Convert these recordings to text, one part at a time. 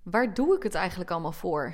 waar doe ik het eigenlijk allemaal voor?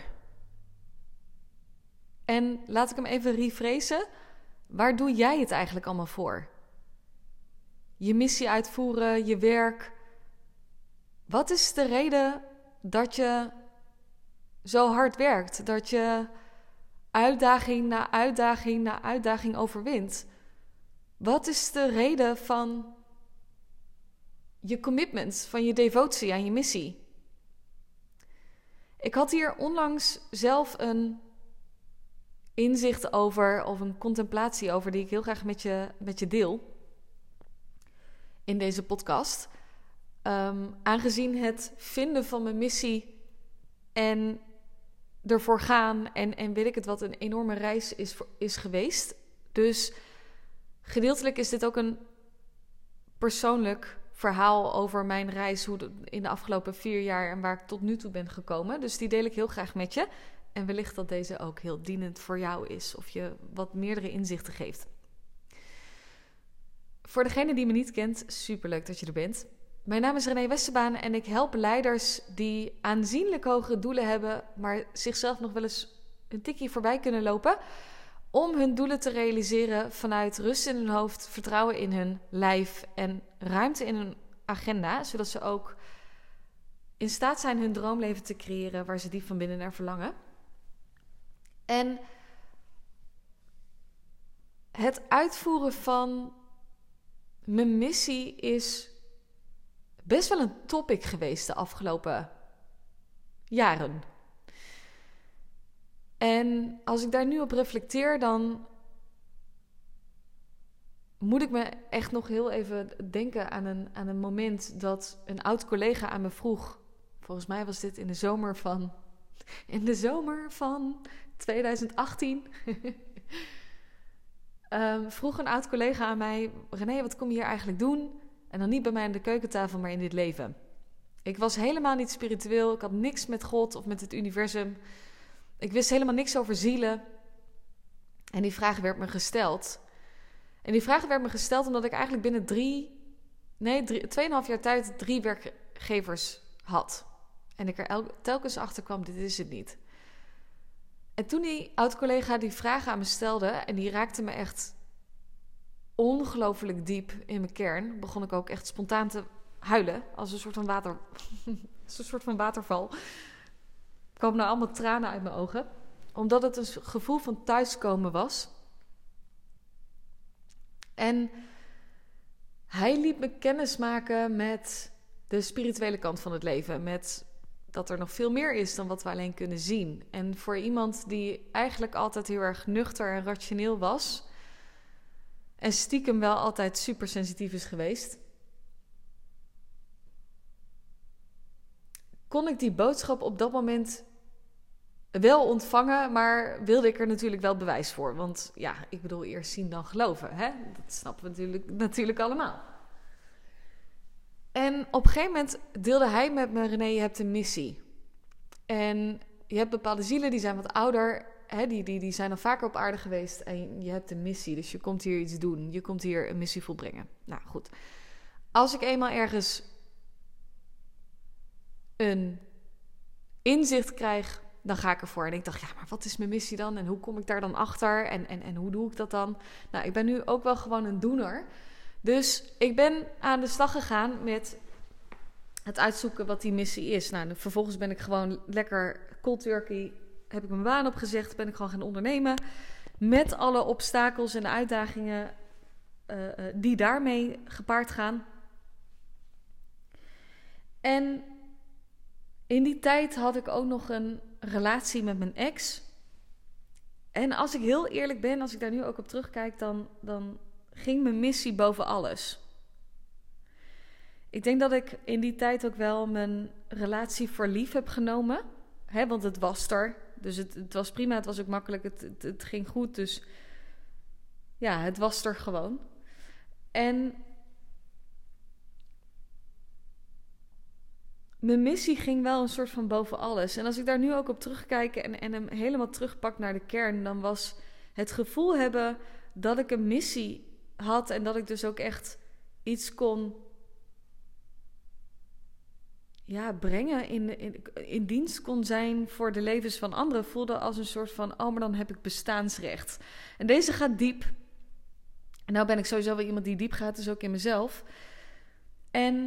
En laat ik hem even rephrasen. Waar doe jij het eigenlijk allemaal voor? Je missie uitvoeren, je werk. Wat is de reden dat je zo hard werkt? Dat je uitdaging na uitdaging na uitdaging overwint? Wat is de reden van je commitment, van je devotie aan je missie? Ik had hier onlangs zelf een inzicht over, of een contemplatie over, die ik heel graag met je deel in deze podcast. Aangezien het vinden van mijn missie en ervoor gaan en weet ik het wat, een enorme reis is geweest. Dus gedeeltelijk is dit ook een persoonlijk verhaal over mijn reis, hoe in de afgelopen 4 jaar en waar ik tot nu toe ben gekomen. Dus die deel ik heel graag met je. En wellicht dat deze ook heel dienend voor jou is, of je wat meerdere inzichten geeft. Voor degene die me niet kent, superleuk dat je er bent. Mijn naam is René Westerbaan en ik help leiders die aanzienlijk hogere doelen hebben, maar zichzelf nog wel eens een tikje voorbij kunnen lopen, om hun doelen te realiseren vanuit rust in hun hoofd, vertrouwen in hun lijf en ruimte in hun agenda, zodat ze ook in staat zijn hun droomleven te creëren waar ze diep van binnen naar verlangen. En het uitvoeren van mijn missie is best wel een topic geweest de afgelopen jaren. En als ik daar nu op reflecteer, dan moet ik me echt nog heel even denken aan een moment dat een oud collega aan me vroeg. Volgens mij was dit in de zomer van 2018. Vroeg een oud collega aan mij: René, wat kom je hier eigenlijk doen? En dan niet bij mij aan de keukentafel, maar in dit leven. Ik was helemaal niet spiritueel. Ik had niks met God of met het universum. Ik wist helemaal niks over zielen. En die vraag werd me gesteld. En die vraag werd me gesteld omdat ik eigenlijk binnen 2,5 jaar tijd 3 werkgevers had. En ik er telkens achter kwam, dit is het niet. En toen die oud-collega die vraag aan me stelde, en die raakte me echt ongelooflijk diep in mijn kern, begon ik ook echt spontaan te huilen, als een soort van waterval. Er kwamen nou allemaal tranen uit mijn ogen, omdat het een gevoel van thuiskomen was. En hij liet me kennis maken met de spirituele kant van het leven, met dat er nog veel meer is dan wat we alleen kunnen zien. En voor iemand die eigenlijk altijd heel erg nuchter en rationeel was, en stiekem wel altijd super sensitief is geweest, kon ik die boodschap op dat moment wel ontvangen, maar wilde ik er natuurlijk wel bewijs voor. Want ja, ik bedoel, eerst zien dan geloven. Hè? Dat snappen we natuurlijk allemaal. En op een gegeven moment deelde hij met me: René, je hebt een missie. En je hebt bepaalde zielen, die zijn wat ouder. Hè? Die zijn al vaker op aarde geweest. En je hebt een missie, dus je komt hier iets doen. Je komt hier een missie volbrengen. Nou goed. Als ik eenmaal ergens een inzicht krijg, dan ga ik ervoor. En ik dacht, ja, maar wat is mijn missie dan? En hoe kom ik daar dan achter? En hoe doe ik dat dan? Nou, ik ben nu ook wel gewoon een doener. Dus ik ben aan de slag gegaan met het uitzoeken wat die missie is. Nou, vervolgens ben ik gewoon lekker cold turkey, heb ik mijn baan opgezegd, ben ik gewoon gaan ondernemen. Met alle obstakels en uitdagingen die daarmee gepaard gaan. En in die tijd had ik ook nog een relatie met mijn ex. En als ik heel eerlijk ben, als ik daar nu ook op terugkijk, dan ging mijn missie boven alles. Ik denk dat ik in die tijd ook wel mijn relatie voor lief heb genomen. Want het was er. Dus het was prima, het was ook makkelijk, het ging goed. Dus ja, het was er gewoon. En mijn missie ging wel een soort van boven alles. En als ik daar nu ook op terugkijk en hem helemaal terugpak naar de kern, dan was het gevoel hebben dat ik een missie had en dat ik dus ook echt iets kon brengen, in dienst kon zijn voor de levens van anderen, voelde als een soort van, maar dan heb ik bestaansrecht. En deze gaat diep. En nou ben ik sowieso wel iemand die diep gaat, dus ook in mezelf. En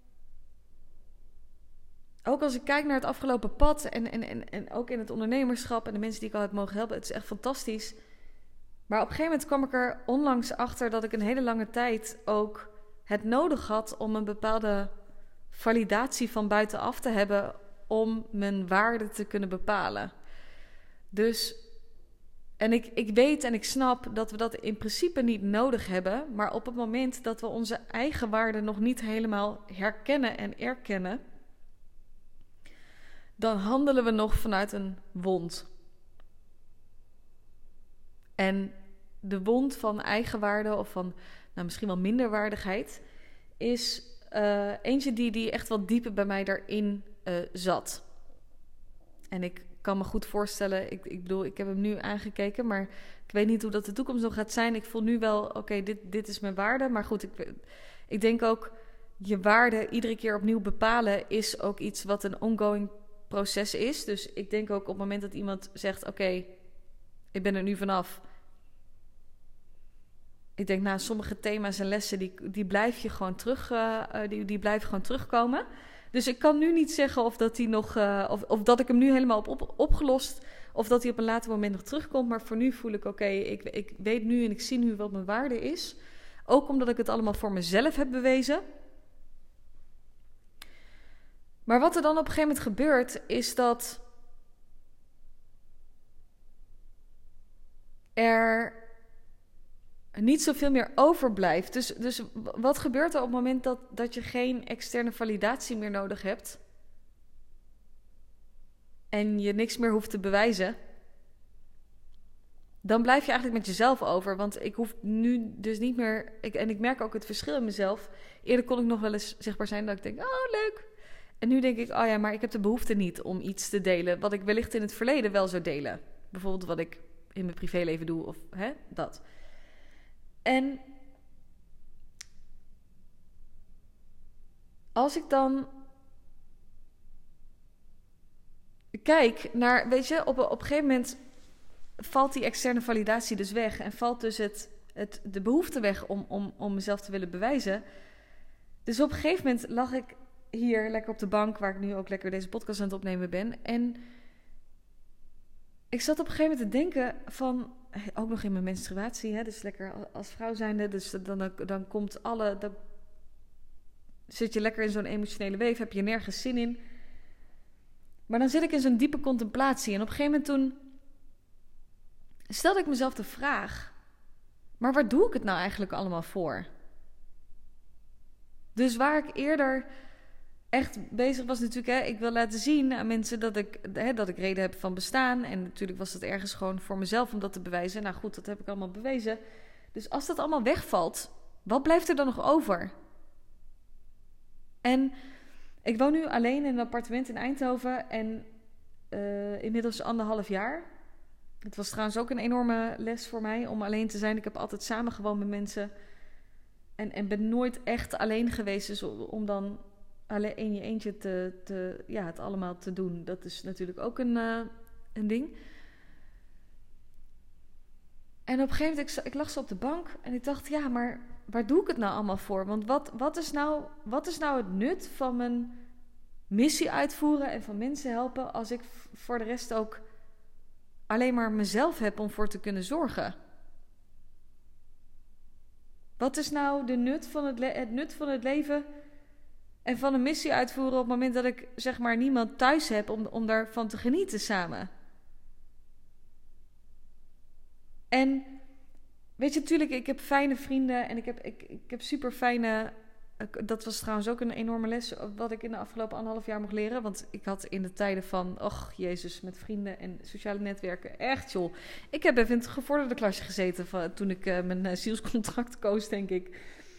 ook als ik kijk naar het afgelopen pad en ook in het ondernemerschap en de mensen die ik al heb mogen helpen, het is echt fantastisch. Maar op een gegeven moment kwam ik er onlangs achter dat ik een hele lange tijd ook het nodig had om een bepaalde validatie van buitenaf te hebben om mijn waarde te kunnen bepalen. Dus, en ik weet en ik snap dat we dat in principe niet nodig hebben, maar op het moment dat we onze eigen waarde nog niet helemaal herkennen en erkennen, dan handelen we nog vanuit een wond. En de wond van eigenwaarde of van misschien wel minderwaardigheid is eentje die echt wel dieper bij mij daarin zat. En ik kan me goed voorstellen, ik bedoel, ik heb hem nu aangekeken, maar ik weet niet hoe dat de toekomst nog gaat zijn. Ik voel nu wel, oké, dit is mijn waarde. Maar goed, ik denk ook, je waarde iedere keer opnieuw bepalen is ook iets wat een ongoing proces is. Dus ik denk ook op het moment dat iemand zegt, oké, ik ben er nu vanaf. Ik denk, sommige thema's en lessen, die blijf je gewoon terug, die blijven gewoon terugkomen. Dus ik kan nu niet zeggen of dat hij nog, of dat ik hem nu helemaal heb opgelost, of dat hij op een later moment nog terugkomt. Maar voor nu voel ik, oké, ik weet nu en ik zie nu wat mijn waarde is. Ook omdat ik het allemaal voor mezelf heb bewezen. Maar wat er dan op een gegeven moment gebeurt, is dat er niet zoveel meer overblijft. Dus wat gebeurt er op het moment dat je geen externe validatie meer nodig hebt en je niks meer hoeft te bewijzen? Dan blijf je eigenlijk met jezelf over. Want ik hoef nu dus niet meer, en ik merk ook het verschil in mezelf. Eerder kon ik nog wel eens zichtbaar zijn dat ik denk, leuk. En nu denk ik, maar ik heb de behoefte niet om iets te delen wat ik wellicht in het verleden wel zou delen. Bijvoorbeeld wat ik in mijn privéleven doe of dat. En als ik dan kijk naar, weet je, op een gegeven moment valt die externe validatie dus weg en valt dus de behoefte weg om mezelf te willen bewijzen. Dus op een gegeven moment lag ik hier lekker op de bank, waar ik nu ook lekker deze podcast aan het opnemen ben. En ik zat op een gegeven moment te denken van, ook nog in mijn menstruatie, dus lekker als vrouw zijnde, dus dan komt dan zit je lekker in zo'n emotionele weef, heb je nergens zin in. Maar dan zit ik in zo'n diepe contemplatie en op een gegeven moment toen stelde ik mezelf de vraag, maar waar doe ik het nou eigenlijk allemaal voor? Dus waar ik eerder echt bezig was natuurlijk, ik wil laten zien aan mensen dat ik reden heb van bestaan. En natuurlijk was dat ergens gewoon voor mezelf om dat te bewijzen. Nou goed, dat heb ik allemaal bewezen. Dus als dat allemaal wegvalt, wat blijft er dan nog over? En ik woon nu alleen in een appartement in Eindhoven en inmiddels 1,5 jaar. Het was trouwens ook een enorme les voor mij om alleen te zijn. Ik heb altijd samen gewoond met mensen en ben nooit echt alleen geweest. Dus om dan alleen in je eentje het allemaal te doen, dat is natuurlijk ook een ding. En op een gegeven moment, ik lag zo op de bank en ik dacht, maar waar doe ik het nou allemaal voor? Want wat is nou het nut van mijn missie uitvoeren en van mensen helpen als ik voor de rest ook alleen maar mezelf heb om voor te kunnen zorgen? Wat is nou de nut van het nut van het leven en van een missie uitvoeren op het moment dat ik zeg maar niemand thuis heb om daarvan te genieten samen? En weet je, natuurlijk, ik heb fijne vrienden en ik heb super fijne. Dat was trouwens ook een enorme les wat ik in de afgelopen 1,5 jaar mocht leren. Want ik had in de tijden van, Jezus, met vrienden en sociale netwerken, echt joh. Ik heb even in het gevorderde klasje gezeten toen ik mijn zielscontract koos, denk ik.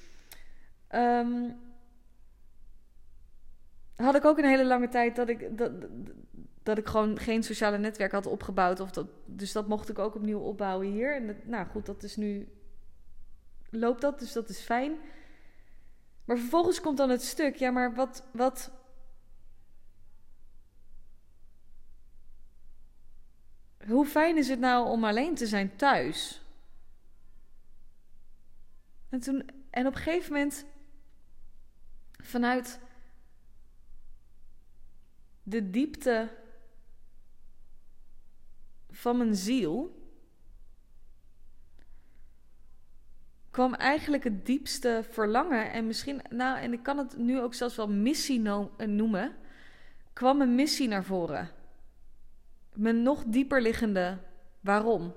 Had ik ook een hele lange tijd dat ik gewoon geen sociale netwerk had opgebouwd. Dus dat mocht ik ook opnieuw opbouwen hier. En goed, dat is nu loopt dat, dus dat is fijn. Maar vervolgens komt dan het stuk, maar hoe fijn is het nou om alleen te zijn thuis? En op een gegeven moment, vanuit de diepte van mijn ziel, kwam eigenlijk het diepste verlangen. En misschien, en ik kan het nu ook zelfs wel missie noemen, kwam een missie naar voren. Mijn nog dieper liggende waarom.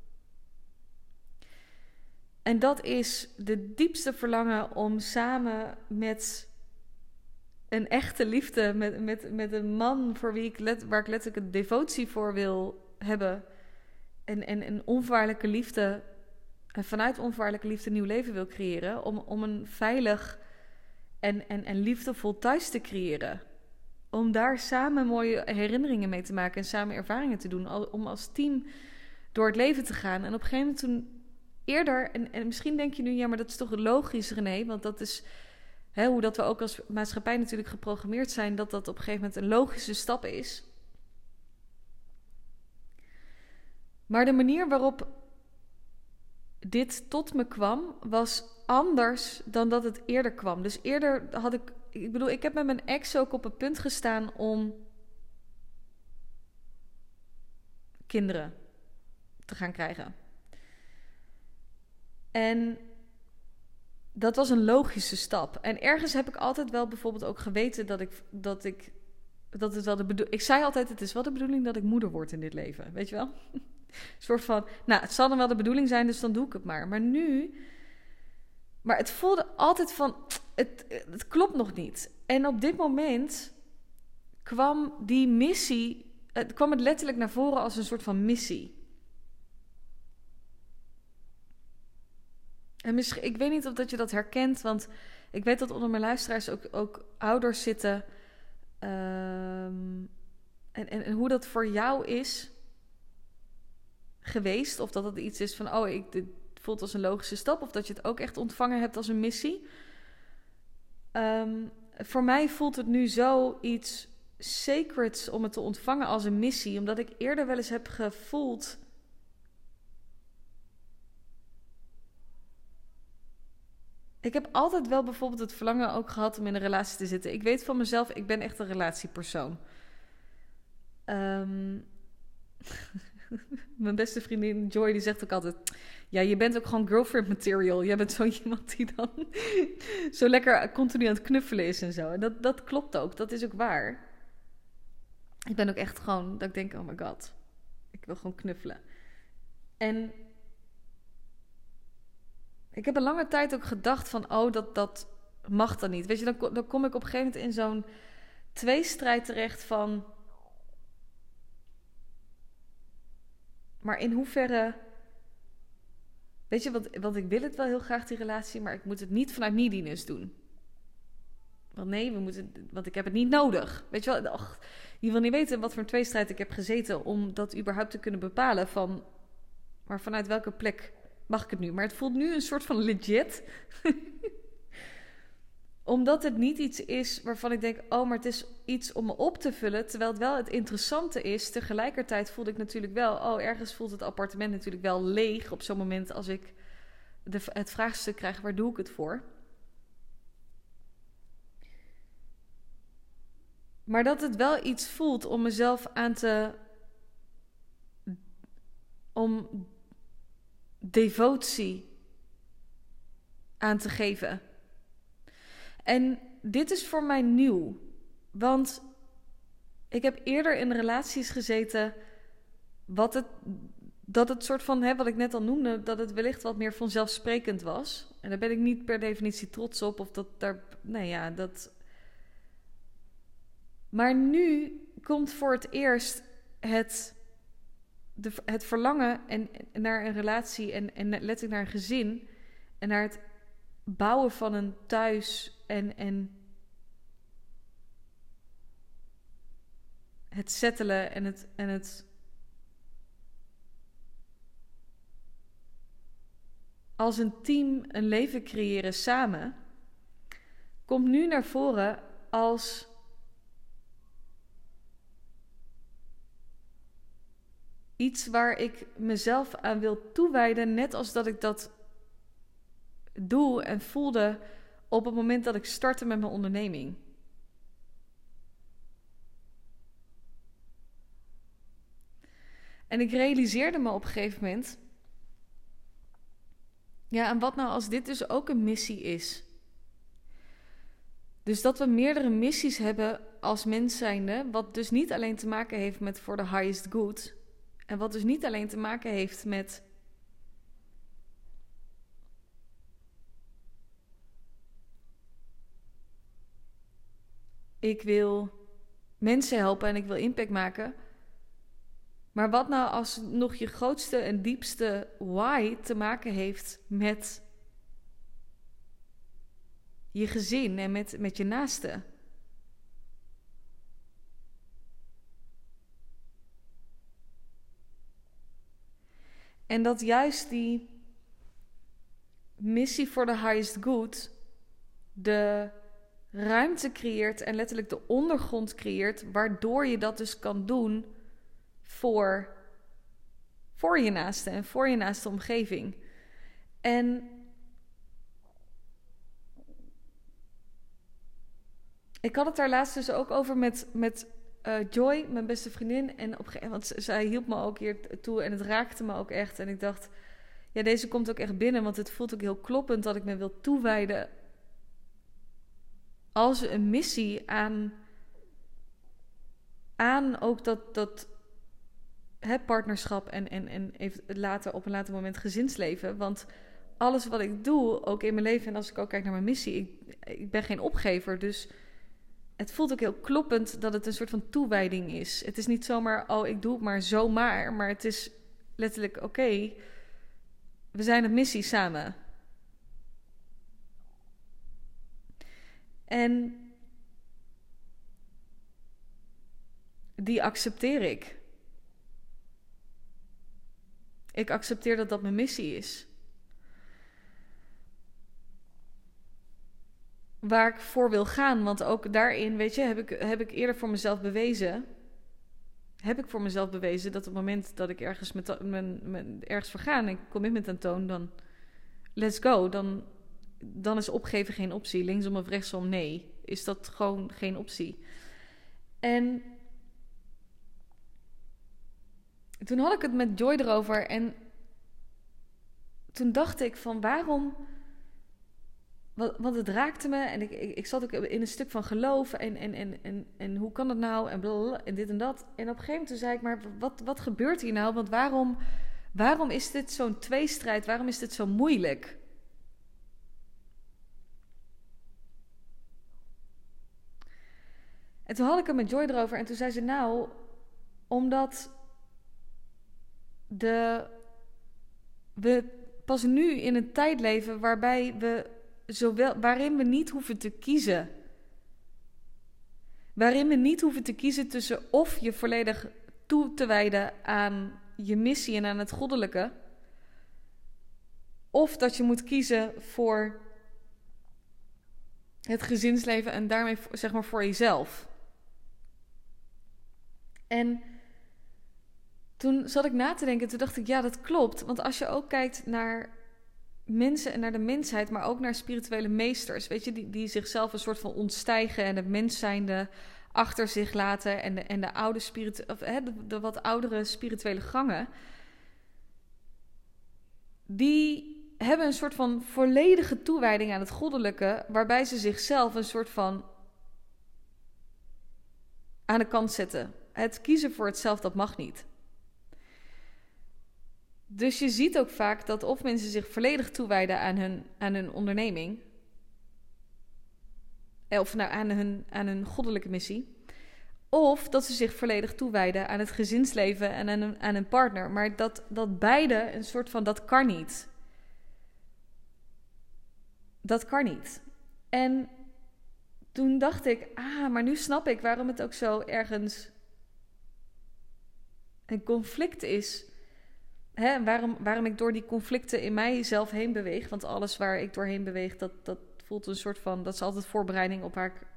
En dat is de diepste verlangen om samen met een echte liefde, met een man voor wie waar ik letterlijk een devotie voor wil hebben. En een onvoorwaardelijke liefde, en vanuit onvoorwaardelijke liefde een nieuw leven wil creëren. Om een veilig en liefdevol thuis te creëren. Om daar samen mooie herinneringen mee te maken en samen ervaringen te doen. Om als team door het leven te gaan. En op een gegeven moment toen eerder, en misschien denk je nu, ja, maar dat is toch logisch, René, want dat is hoe dat we ook als maatschappij natuurlijk geprogrammeerd zijn, dat op een gegeven moment een logische stap is. Maar de manier waarop dit tot me kwam, was anders dan dat het eerder kwam. Dus eerder had ik heb met mijn ex ook op het punt gestaan om kinderen te gaan krijgen. En dat was een logische stap. En ergens heb ik altijd wel bijvoorbeeld ook geweten dat het wel ik zei altijd, het is wel de bedoeling dat ik moeder word in dit leven. Weet je wel? Een soort van, het zal dan wel de bedoeling zijn, dus dan doe ik het maar. Maar het voelde altijd van, het klopt nog niet. En op dit moment kwam die missie, kwam het letterlijk naar voren als een soort van missie. En misschien, ik weet niet of dat je dat herkent, want ik weet dat onder mijn luisteraars ook ouders zitten. En hoe dat voor jou is geweest. Of dat het iets is van, het voelt als een logische stap. Of dat je het ook echt ontvangen hebt als een missie. Voor mij voelt het nu zoiets sacreds om het te ontvangen als een missie. Omdat ik eerder wel eens heb gevoeld, ik heb altijd wel bijvoorbeeld het verlangen ook gehad om in een relatie te zitten. Ik weet van mezelf, ik ben echt een relatiepersoon. Mijn beste vriendin Joy, die zegt ook altijd, ja, je bent ook gewoon girlfriend material. Jij bent zo iemand die dan zo lekker continu aan het knuffelen is en zo. En dat klopt ook, dat is ook waar. Ik ben ook echt gewoon, dat ik denk, oh my god, ik wil gewoon knuffelen. En ik heb een lange tijd ook gedacht van, dat mag dan niet. Weet je, dan kom ik op een gegeven moment in zo'n tweestrijd terecht van, maar in hoeverre, weet je, want ik wil het wel heel graag, die relatie, maar ik moet het niet vanuit neediness doen. Want ik heb het niet nodig. Weet je wel, je wil niet weten wat voor een tweestrijd ik heb gezeten om dat überhaupt te kunnen bepalen van, maar vanuit welke plek mag ik het nu? Maar het voelt nu een soort van legit. Omdat het niet iets is waarvan ik denk, maar het is iets om me op te vullen. Terwijl het wel het interessante is. Tegelijkertijd voelde ik natuurlijk wel, ergens voelt het appartement natuurlijk wel leeg op zo'n moment als ik het vraagstuk krijg, waar doe ik het voor? Maar dat het wel iets voelt om mezelf om devotie aan te geven. En dit is voor mij nieuw. Want ik heb eerder in relaties gezeten dat het soort van, wat ik net al noemde, dat het wellicht wat meer vanzelfsprekend was. En daar ben ik niet per definitie trots op. Of Maar nu komt voor het eerst het verlangen naar een relatie en letterlijk naar een gezin en naar het bouwen van een thuis en het settelen en het als een team een leven creëren samen, komt nu naar voren als iets waar ik mezelf aan wil toewijden, net als dat ik dat doe en voelde op het moment dat ik startte met mijn onderneming. En ik realiseerde me op een gegeven moment, ja, en wat nou als dit dus ook een missie is? Dus dat we meerdere missies hebben als mens zijnde, wat dus niet alleen te maken heeft met for the highest good, en wat dus niet alleen te maken heeft met ik wil mensen helpen en ik wil impact maken. Maar wat nou als nog je grootste en diepste why te maken heeft met je gezin en met je naasten? En dat juist die missie for the highest good de ruimte creëert en letterlijk de ondergrond creëert, waardoor je dat dus kan doen voor je naaste en voor je naaste omgeving. En ik had het daar laatst dus ook over met Joy, mijn beste vriendin. En want zij hielp me ook hier toe en het raakte me ook echt. En ik dacht, ja, deze komt ook echt binnen, want het voelt ook heel kloppend dat ik me wil toewijden als een missie aan ook dat partnerschap en even op een later moment gezinsleven. Want alles wat ik doe, ook in mijn leven, en als ik ook kijk naar mijn missie, ik ben geen opgever, dus het voelt ook heel kloppend dat het een soort van toewijding is. Het is niet zomaar, ik doe het maar zomaar, maar het is letterlijk, oké, we zijn op missie samen. En die accepteer ik. Ik accepteer dat dat mijn missie is. Waar ik voor wil gaan, want ook daarin, weet je, heb ik eerder voor mezelf bewezen. Heb ik voor mezelf bewezen dat op het moment dat ik ergens ergens voor ga en ik commitment aantoon, dan let's go. Dan is opgeven geen optie. Linksom of rechtsom, nee. Is dat gewoon geen optie. En toen had ik het met Joy erover en toen dacht ik van waarom. Want het raakte me en ik zat ook in een stuk van geloof en hoe kan het nou en blablabla en dit en dat. En op een gegeven moment toen zei ik, maar wat gebeurt hier nou? Want waarom is dit zo'n tweestrijd? Waarom is dit zo moeilijk? En toen had ik het met Joy erover en toen zei ze, nou, omdat we pas nu in een tijd leven waarin we niet hoeven te kiezen. Waarin we niet hoeven te kiezen tussen of je volledig toe te wijden aan je missie en aan het goddelijke, of dat je moet kiezen voor het gezinsleven en daarmee zeg maar voor jezelf. En toen zat ik na te denken, toen dacht ik, ja, dat klopt. Want als je ook kijkt naar mensen en naar de mensheid, maar ook naar spirituele meesters, weet je, die zichzelf een soort van ontstijgen en het mens zijnde achter zich laten en de oude de wat oudere spirituele gangen, die hebben een soort van volledige toewijding aan het goddelijke, waarbij ze zichzelf een soort van aan de kant zetten. Het kiezen voor het zelf, dat mag niet. Dus je ziet ook vaak dat of mensen zich volledig toewijden aan hun onderneming, of nou aan hun goddelijke missie, of dat ze zich volledig toewijden aan het gezinsleven en aan hun partner. Maar dat beide een soort van, dat kan niet. Dat kan niet. En toen dacht ik, maar nu snap ik waarom het ook zo ergens een conflict is. Waarom ik door die conflicten in mijzelf heen beweeg. Want alles waar ik doorheen beweeg, dat voelt een soort van, dat is altijd voorbereiding op waar ik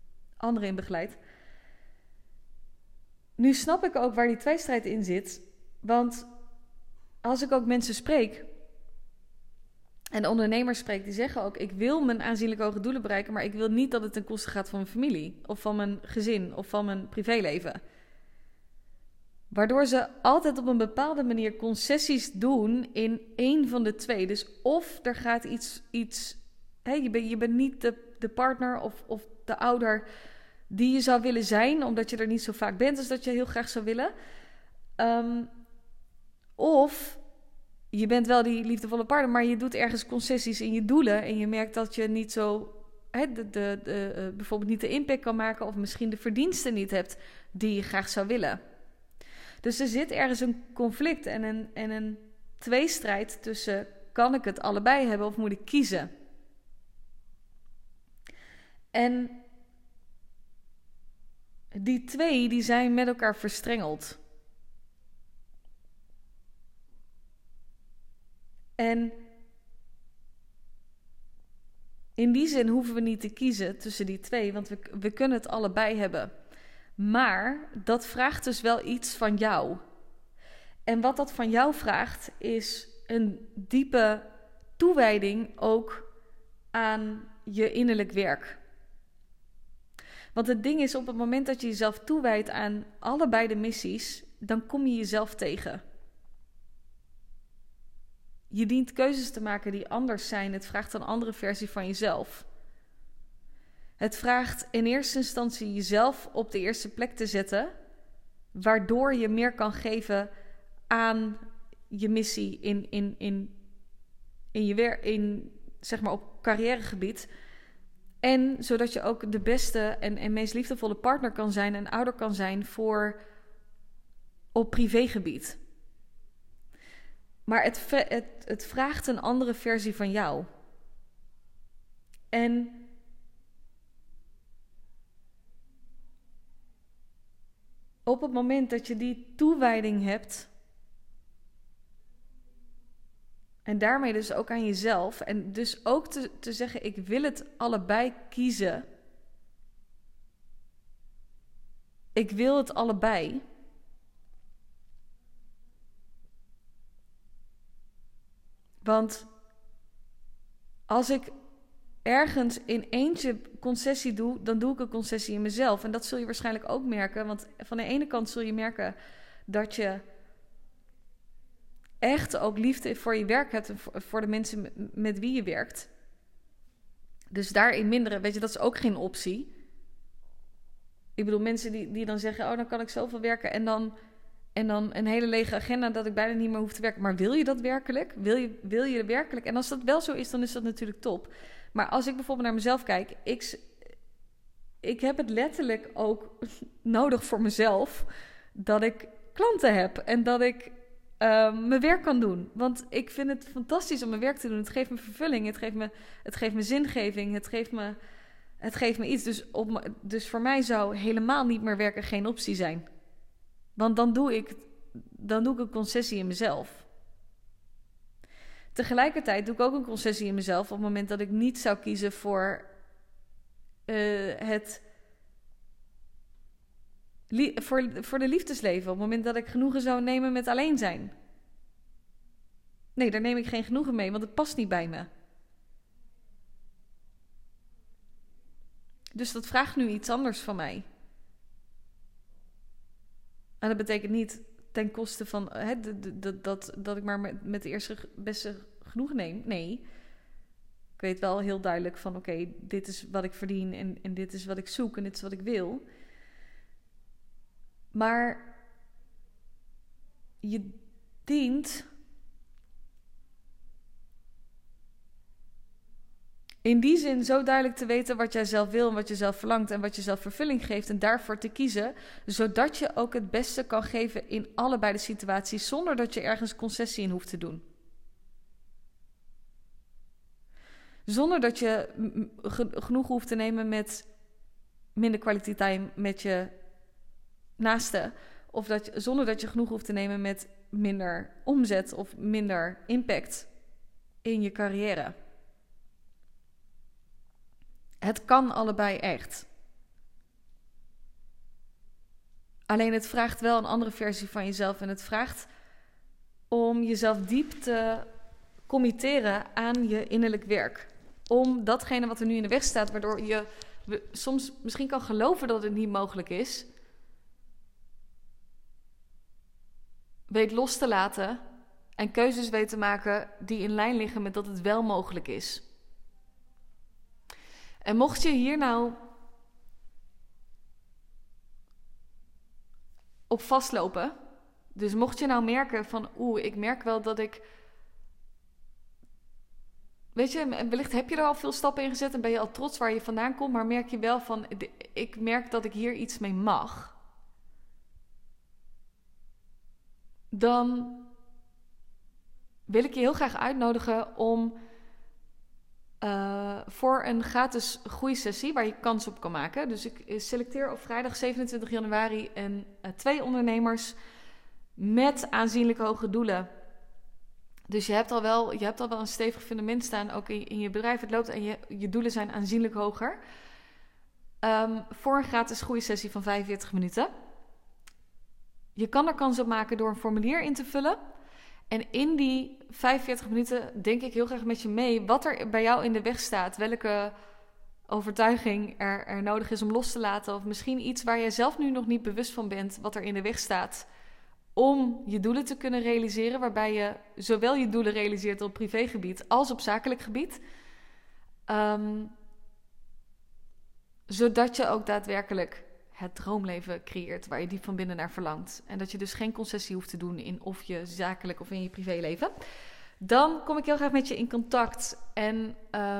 anderen in begeleid. Nu snap ik ook waar die tweestrijd in zit. Want als ik ook mensen spreek en ondernemers spreek, die zeggen ook: ik wil mijn aanzienlijk hoge doelen bereiken, maar ik wil niet dat het ten koste gaat van mijn familie of van mijn gezin of van mijn privéleven. Waardoor ze altijd op een bepaalde manier concessies doen in één van de twee. Dus of er gaat iets je bent niet de partner of de ouder die je zou willen zijn, omdat je er niet zo vaak bent als dat je heel graag zou willen. Of je bent wel die liefdevolle partner, maar je doet ergens concessies in je doelen en je merkt dat je niet zo bijvoorbeeld niet de impact kan maken of misschien de verdiensten niet hebt die je graag zou willen. Dus er zit ergens een conflict en een tweestrijd tussen: kan ik het allebei hebben of moet ik kiezen? En die twee die zijn met elkaar verstrengeld. En in die zin hoeven we niet te kiezen tussen die twee, want we kunnen het allebei hebben. Maar dat vraagt dus wel iets van jou. En wat dat van jou vraagt, is een diepe toewijding ook aan je innerlijk werk. Want het ding is, op het moment dat je jezelf toewijdt aan allebei de missies, dan kom je jezelf tegen. Je dient keuzes te maken die anders zijn. Het vraagt een andere versie van jezelf. Het vraagt in eerste instantie jezelf op de eerste plek te zetten, waardoor je meer kan geven aan je missie zeg maar op carrièregebied. En zodat je ook de beste en meest liefdevolle partner kan zijn en ouder kan zijn op privégebied. Maar het vraagt een andere versie van jou. En op het moment dat je die toewijding hebt, en daarmee dus ook aan jezelf, en dus ook te zeggen: ik wil het allebei kiezen. Ik wil het allebei. Want als ik ergens in eentje concessie doe, dan doe ik een concessie in mezelf. En dat zul je waarschijnlijk ook merken. Want van de ene kant zul je merken dat je echt ook liefde voor je werk hebt en voor de mensen met wie je werkt. Dus daarin minderen, weet je, dat is ook geen optie. Ik bedoel, mensen die dan zeggen: oh, dan kan ik zoveel werken en dan een hele lege agenda dat ik bijna niet meer hoef te werken. Maar wil je dat werkelijk? Wil je werkelijk? En als dat wel zo is, dan is dat natuurlijk top. Maar als ik bijvoorbeeld naar mezelf kijk, ik heb het letterlijk ook nodig voor mezelf dat ik klanten heb en dat ik mijn werk kan doen. Want ik vind het fantastisch om mijn werk te doen. Het geeft me vervulling, het geeft me zingeving, het geeft me iets. Dus voor mij zou helemaal niet meer werken geen optie zijn. Want dan doe ik een concessie in mezelf. Tegelijkertijd doe ik ook een concessie in mezelf op het moment dat ik niet zou kiezen voor voor de liefdesleven. Op het moment dat ik genoegen zou nemen met alleen zijn. Nee, daar neem ik geen genoegen mee, want het past niet bij me. Dus dat vraagt nu iets anders van mij. En dat betekent niet ten koste van dat ik maar met de eerste beste genoegen neem. Nee. Ik weet wel heel duidelijk van: oké, dit is wat ik verdien en dit is wat ik zoek en dit is wat ik wil. Maar je dient in die zin zo duidelijk te weten wat jij zelf wil en wat je zelf verlangt en wat je zelf vervulling geeft en daarvoor te kiezen, zodat je ook het beste kan geven in allebei de situaties zonder dat je ergens concessie in hoeft te doen. Zonder dat je genoeg hoeft te nemen met minder quality time met je naaste. Of zonder dat je genoeg hoeft te nemen met minder omzet of minder impact in je carrière. Het kan allebei echt. Alleen het vraagt wel een andere versie van jezelf. En het vraagt om jezelf diep te committeren aan je innerlijk werk. Om datgene wat er nu in de weg staat, waardoor je soms misschien kan geloven dat het niet mogelijk is, weet los te laten en keuzes weet te maken die in lijn liggen met dat het wel mogelijk is. En mocht je hier nou op vastlopen, dus mocht je nou merken van ik merk wel dat ik, weet je, wellicht heb je er al veel stappen in gezet en ben je al trots waar je vandaan komt, maar merk je wel van, ik merk dat ik hier iets mee mag. Dan wil ik je heel graag uitnodigen om voor een gratis groeisessie waar je kans op kan maken. Dus ik selecteer op vrijdag 27 januari 2 ondernemers met aanzienlijk hoge doelen. Dus je hebt al wel een stevig fundament staan, ook in je bedrijf. Het loopt en je doelen zijn aanzienlijk hoger. Voor een gratis groeisessie van 45 minuten. Je kan er kans op maken door een formulier in te vullen. En in die 45 minuten denk ik heel graag met je mee wat er bij jou in de weg staat. Welke overtuiging er nodig is om los te laten. Of misschien iets waar jij zelf nu nog niet bewust van bent wat er in de weg staat. Om je doelen te kunnen realiseren. Waarbij je zowel je doelen realiseert op privégebied als op zakelijk gebied. Zodat je ook daadwerkelijk het droomleven creëert waar je diep van binnen naar verlangt. En dat je dus geen concessie hoeft te doen in of je zakelijk of in je privéleven. Dan kom ik heel graag met je in contact. En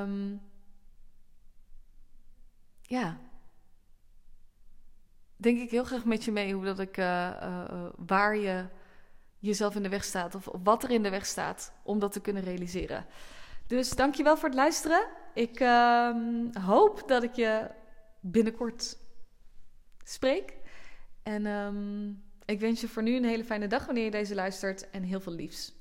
denk ik heel graag met je mee hoe dat ik waar je jezelf in de weg staat of wat er in de weg staat om dat te kunnen realiseren. Dus dankjewel voor het luisteren. Ik hoop dat ik je binnenkort spreek. En ik wens je voor nu een hele fijne dag wanneer je deze luistert en heel veel liefs.